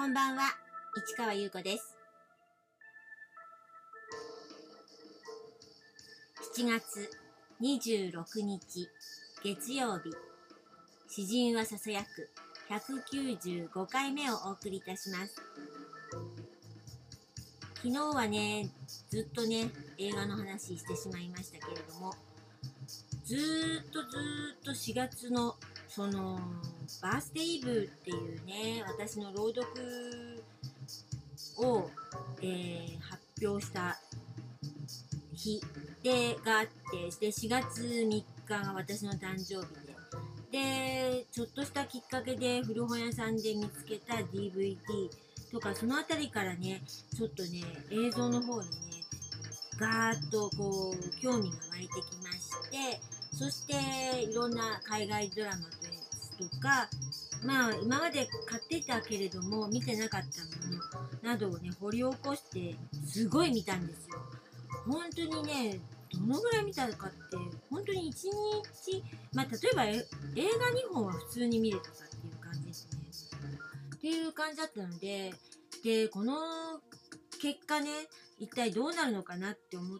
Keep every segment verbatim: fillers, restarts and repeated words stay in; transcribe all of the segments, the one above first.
こんばんは、市川優子です。しちがつにじゅうろくにち月曜日、詩人はささやくひゃくきゅうじゅうごかいめをお送りいたします。昨日はね、ずっとね、映画の話してしまいましたけれども、ずーっとずーっとしがつのそのバースデーイブっていうね、私の朗読を、えー、発表した日でがあって、でしがつみっかが私の誕生日で、でちょっとしたきっかけで古本屋さんで見つけた ディーブイディー とか、そのあたりからね、ちょっとね、映像の方にねガーッとこう興味が湧いてきまして、そしていろんな海外ドラマですとか、まあ今まで買ってたけれども見てなかったものなどをね掘り起こしてすごい見たんですよ。本当にね、どのぐらい見たかって、本当にいちにち、まあ例えばえ映画にほんは普通に見れたかっていう感じですね。っていう感じだったので、でこの結果ね、一体どうなるのかなって思って、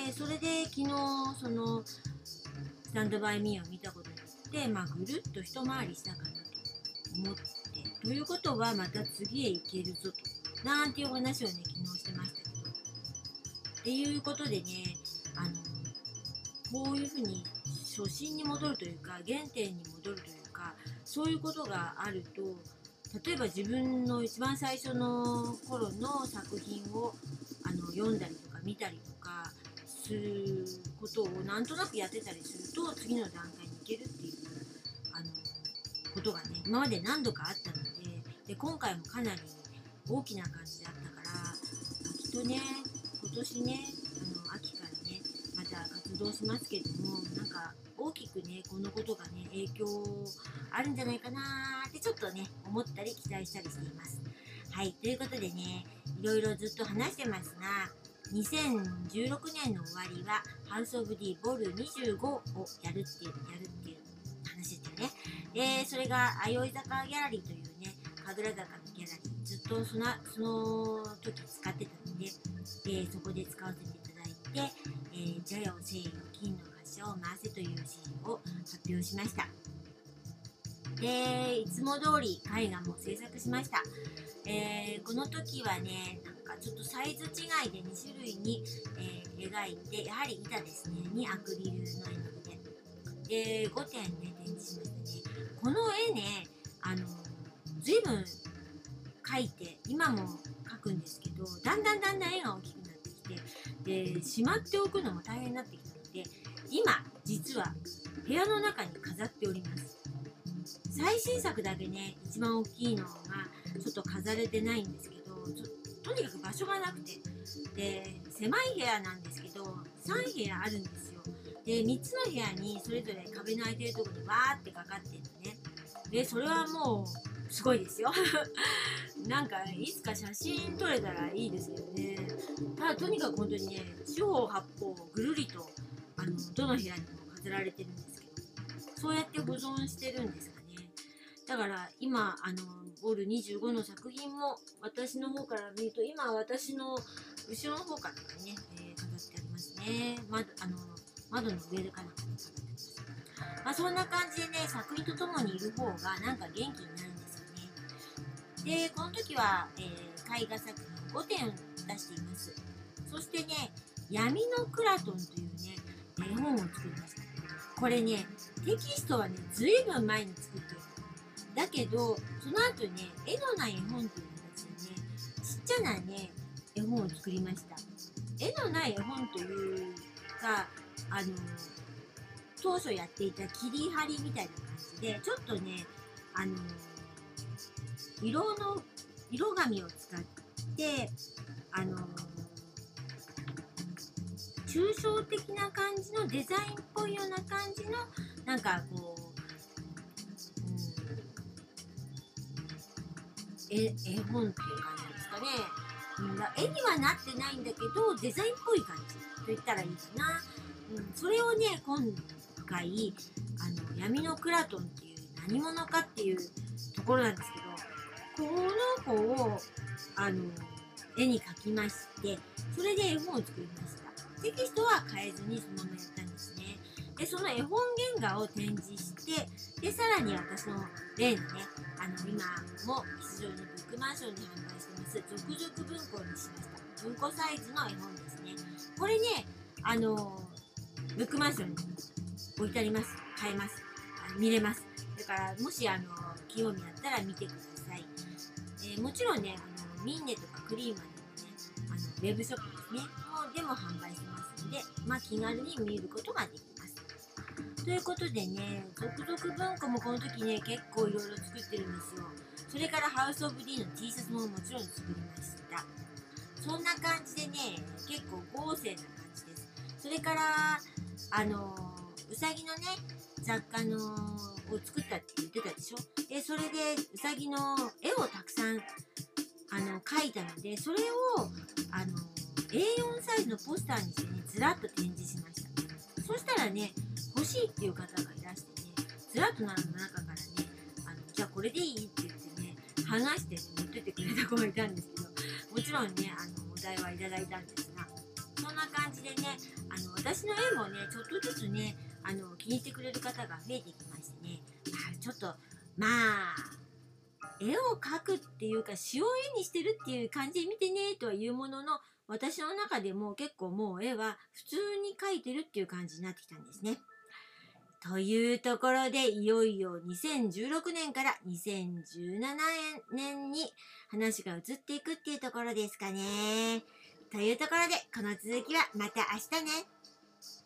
それで昨日そのスタンドバイミーを見たことによって、まあ、ぐるっと一回りしたかなと思って、ということはまた次へ行けるぞと、なんていう話をね昨日してましたけど、っていうことでね、あのこういうふうに初心に戻るというか、原点に戻るというか、そういうことがあると、例えば自分の一番最初の頃の作品をあの読んだりとか見たりとかすることをなんとなくやってたりすると、次の段階に行けるっていうあのことがね今まで何度かあったので、で今回もかなり大きな感じであったから、きっとね今年ね、あの秋からねまた活動しますけども、なんか大きくねこのことがね影響あるんじゃないかなーってちょっとね思ったり期待したりしています。はい、ということでね、いろいろずっと話してますが、にせんじゅうろくねんの終わりはハウスオブ D ボルにじゅうごをやるっていうやるっていう話ですよね。でそれが相生坂ギャラリーというね神楽坂のギャラリー、ずっとそのその時使ってたので、えー、そこで使わせていただいて、えー、ジャヤを西洋金の頭を回せというシーンを発表しました。でいつも通り絵画も制作しました。えー、この時はね、なんかちょっとサイズ違いでにしゅるいに、えー、描いて、やはり板ですねにアクリルの絵の具で、でごてんね展示しましたね。この絵ね、あのずいぶん描いて今も描くんですけど、だんだんだんだん絵が大きくなってきて、でしまっておくのも大変になってきたので、今実は部屋の中に飾っております。最新作だけね一番大きいのがちょっと飾れてないんですけど、ちょとにかく場所がなくて、で狭い部屋なんですけどさんへやあるんですよ。でみっつの部屋にそれぞれ壁の空いてるところにわーってかかってるのね。でそれはもうすごいですよなんかいつか写真撮れたらいいですよね。ただとにかく本当にね、四方八方ぐるりとあのどの部屋にも飾られてるんですけど、そうやって保存してるんですかね。だから今あのボルにじゅうごの作品も私の方から見ると、今私の後ろの方からね、えー、飾ってありますね。ま、あの窓の上かなんかに飾ってあります。まあそんな感じでね、作品とともにいる方がなんか元気になるんですよね。でこの時は、えー、絵画作品ごてん出しています。そしてね、闇のクラトンというね絵本を作りました。これねテキストはねずいぶん前に作ってる。だけどその後ね、絵のない絵本という形でね、ちっちゃなね絵本を作りました。絵のない絵本というか、あの当初やっていた切り貼りみたいな感じで、ちょっとねあの色の色紙を使ってあの抽象的な感じのデザインっぽいような感じのなんかこう絵, 絵本っていう感じですかね。うん、絵にはなってないんだけどデザインっぽい感じと言ったらいいかな。うん、それをね今回あの闇のクラトンっていう何者かっていうところなんですけど、 この子をあの絵に描きまして、それで絵本を作りました。テキストは変えずにそのままやったんですね。でその絵本原画を展示して、でさらに私の例のね、あの今も吉祥寺のブックマンションで販売してます続々文庫にしました。文庫サイズの絵本ですね。これね、あのブックマンションに置いてあります。買えます。見れます。だからもしあの興味あったら見てください。えー、もちろんね、あのミンネとかクリーマでもね、あのウェブショップですね、もうでも販売してますので、まあ、気軽に見ることができます。ということでね、続々文庫もこの時ね、結構いろいろ作ってるんですよ。それからハウスオブ D の T シャツももちろん作りました。そんな感じでね、結構豪勢な感じです。それから、あのうさぎのね、雑貨のを作ったって言ってたでしょ。で、それでうさぎの絵をたくさんあの描いたので、それをあの エーよん サイズのポスターにしてね、ずらっと展示しました。そしたらね、欲しいっていう方がいらしてね、ずらっと並んだ中からね、あのじゃあこれでいいって言ってね、剥がして、ね、持ってってくれた子がいたんですけど、もちろんね、あのお題はいただいたんですが、そんな感じでね、あの私の絵もね、ちょっとずつね、あの気に入ってくれる方が増えてきましてね、あちょっとまあ絵を描くっていうか詩を絵にしてるっていう感じで見てねとは言うものの、私の中でも結構もう絵は普通に描いてるっていう感じになってきたんですね。というところで、いよいよにせんじゅうろくねんからにせんじゅうななねんに話が移っていくっていうところですかね。というところで、この続きはまた明日ね。